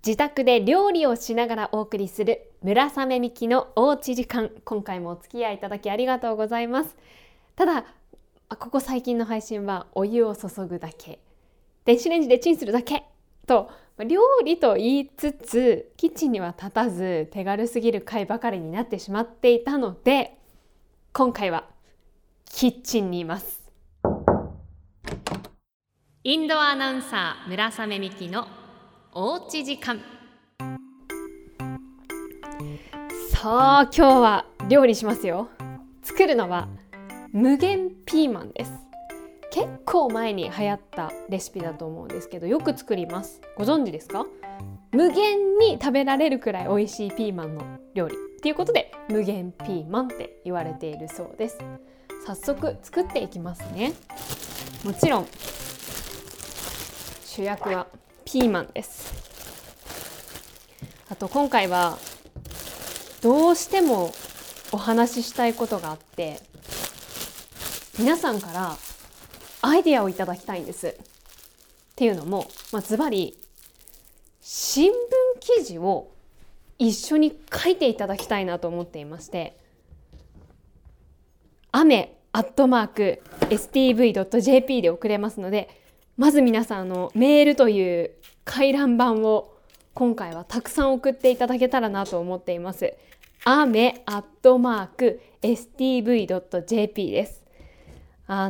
自宅で料理をしながらお送りする村雨美希のおうち時間。今回もお付き合いいただきありがとうございます。ただここ最近の配信はお湯を注ぐだけ、電子レンジでチンするだけと料理と言いつつキッチンには立たず手軽すぎる回ばかりになってしまっていたので、今回はキッチンにいます。インドアナウンサー村雨美希のおうち時間。さあ今日は料理しますよ。作るのは無限ピーマンです。結構前に流行ったレシピだと思うんですけど、よく作ります。ご存知ですか？無限に食べられるくらい美味しいピーマンの料理っていうことで無限ピーマンって言われているそうです。早速作っていきますね。もちろん主役はピーマンです。あと今回はどうしてもお話ししたいことがあって、皆さんからアイデアをいただきたいんです。っていうのも、ズバリ新聞記事を一緒に書いていただきたいなと思っていまして、ame@stv.jp で送れますので、まず皆さんメールという回覧板を今回はたくさん送っていただけたらなと思っています。ame@stv.jp です。新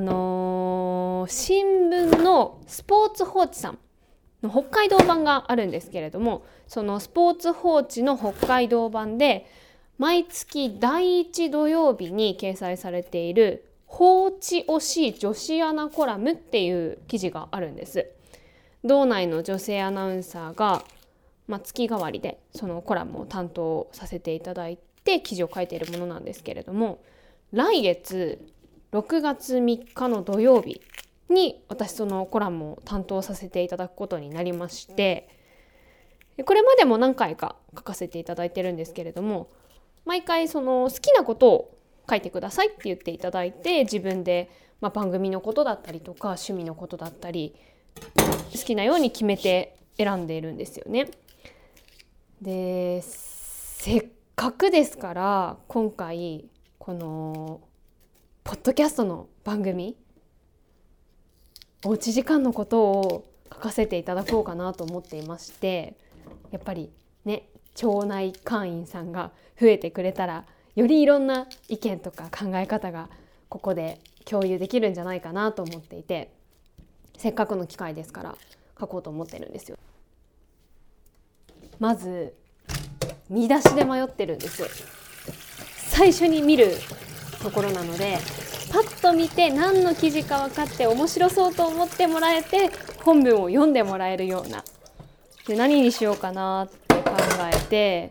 聞のスポーツ報知さんの北海道版があるんですけれども、そのスポーツ報知の北海道版で毎月第1土曜日に掲載されている放置推し女子アナコラムっていう記事があるんです。道内の女性アナウンサーが、月替わりでそのコラムを担当させていただいて記事を書いているものなんですけれども、来月6月3日の土曜日に私そのコラムを担当させていただくことになりまして、これまでも何回か書かせていただいてるんですけれども、毎回その好きなことを書いてくださいって言っていただいて、自分で番組のことだったりとか趣味のことだったり好きなように決めて選んでいるんですよね。で、せっかくですから今回このポッドキャストの番組、おうち時間のことを書かせていただこうかなと思っていまして、やっぱりね、町内会員さんが増えてくれたらよりいろんな意見とか考え方がここで共有できるんじゃないかなと思っていて、せっかくの機会ですから書こうと思ってるんですよ。まず見出しで迷ってるんです。最初に見るところなので、パッと見て何の記事か分かって面白そうと思ってもらえて、本文を読んでもらえるようなで、何にしようかなって考えて、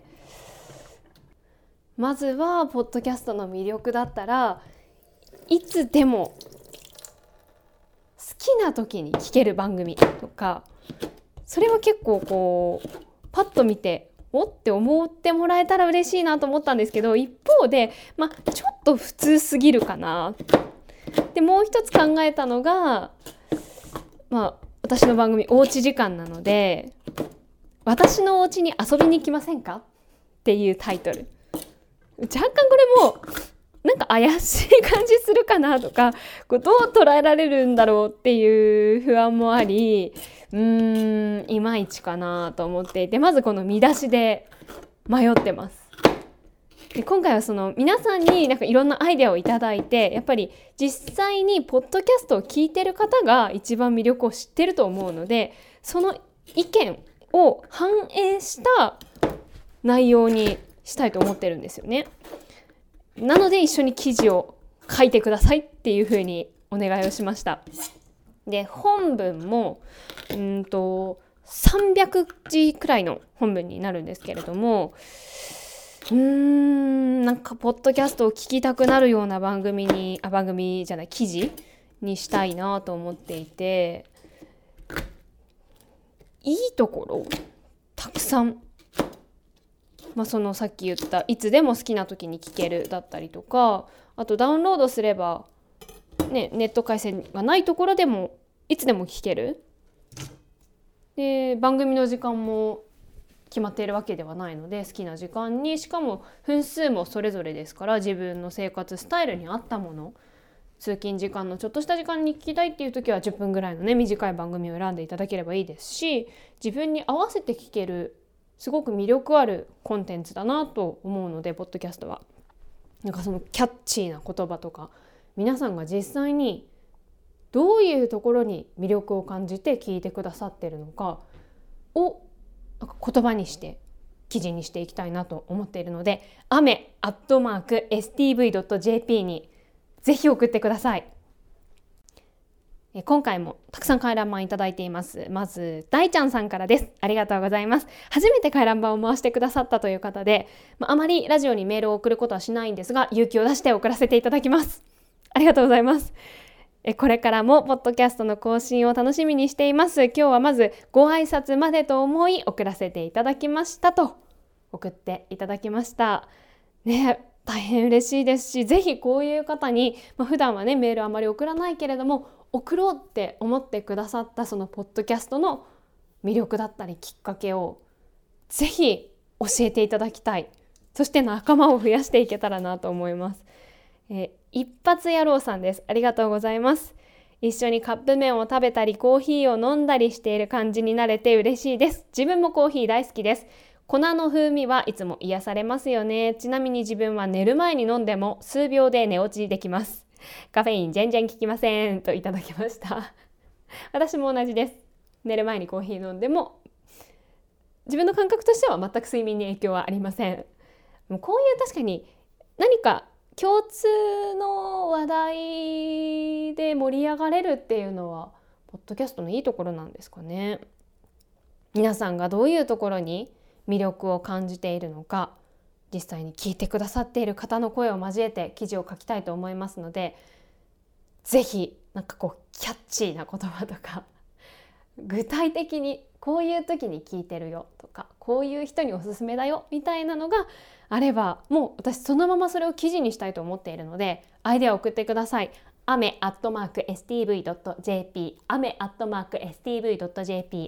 まずはポッドキャストの魅力だったらいつでも好きな時に聞ける番組とか、それは結構こうパッと見ておって思ってもらえたら嬉しいなと思ったんですけど、一方でちょっと普通すぎるかな。でもう一つ考えたのが、私の番組おうち時間なので、私のお家に遊びに来ませんかっていうタイトル。若干これもなんか怪しい感じするかなとか、どう捉えられるんだろうっていう不安もあり、いまいちかなと思っていて、まずこの見出しで迷ってます。で、今回はその皆さんにいろんなアイデアをいただいて、やっぱり実際にポッドキャストを聞いてる方が一番魅力を知ってると思うので、その意見を反映した内容にしたいと思ってるんですよね。なので一緒に記事を書いてくださいっていうふうにお願いをしました。で、本文も300字くらいの本文になるんですけれども、なんかポッドキャストを聞きたくなるような記事にしたいなと思っていて、いいところたくさん、そのさっき言ったいつでも好きな時に聞けるだったりとか、あとダウンロードすれば、ネット回線がないところでもいつでも聞ける。で、番組の時間も決まっているわけではないので、好きな時間に、しかも分数もそれぞれですから、自分の生活スタイルに合ったもの、通勤時間のちょっとした時間に聞きたいっていう時は10分ぐらいのね短い番組を選んでいただければいいですし、自分に合わせて聞けるすごく魅力あるコンテンツだなと思うので、ポッドキャストはなんかそのキャッチーな言葉とか、皆さんが実際にどういうところに魅力を感じて聞いてくださっているのかをなんか言葉にして記事にしていきたいなと思っているので、ame@stv.jp にぜひ送ってください。今回もたくさん回覧板いただいています。まず大ちゃんさんからです。ありがとうございます。初めて回覧板を回してくださったという方で、あまりラジオにメールを送ることはしないんですが、勇気を出して送らせていただきます。ありがとうございます。これからもポッドキャストの更新を楽しみにしています。今日はまずご挨拶までと思い送らせていただきましたと送っていただきましたね。大変嬉しいですし、ぜひこういう方に、普段はねメールあまり送らないけれども送ろうって思ってくださったそのポッドキャストの魅力だったりきっかけをぜひ教えていただきたい。そして仲間を増やしていけたらなと思います。一発野郎さんです。ありがとうございます。一緒にカップ麺を食べたりコーヒーを飲んだりしている感じになれて嬉しいです。自分もコーヒー大好きです。粉の風味はいつも癒されますよね。ちなみに自分は寝る前に飲んでも数秒で寝落ちできます。カフェイン全然効きませんといただきました私も同じです。寝る前にコーヒー飲んでも自分の感覚としては全く睡眠に影響はありません。もうこういう確かに何か共通の話題で盛り上がれるっていうのはポッドキャストのいいところなんですかね。皆さんがどういうところに魅力を感じているのか、実際に聞いてくださっている方の声を交えて記事を書きたいと思いますので、ぜひなんかこうキャッチーな言葉とか具体的にこういう時に聞いてるよとか、こういう人におすすめだよみたいなのがあれば、もう私そのままそれを記事にしたいと思っているので、アイデアを送ってください。ame@stv.jp ame@stv.jp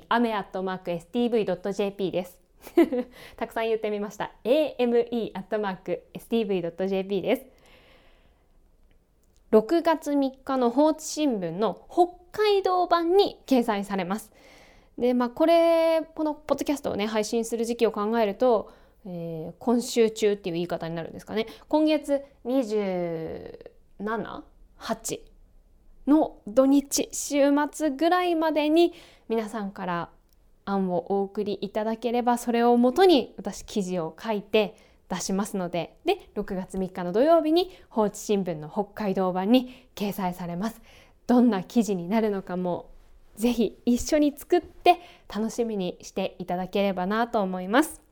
ame@stv.jp ですたくさん言ってみました。ame@stv.jp です。6月3日の報知新聞の北海道版に掲載されます。で、このポッドキャストをね配信する時期を考えると、今週中っていう言い方になるんですかね。今月27、8の土日週末ぐらいまでに皆さんから案をお送りいただければ、それをもとに私記事を書いて出しますので、6月3日の土曜日に報知新聞の北海道版に掲載されます。どんな記事になるのかもぜひ一緒に作って楽しみにしていただければなと思います。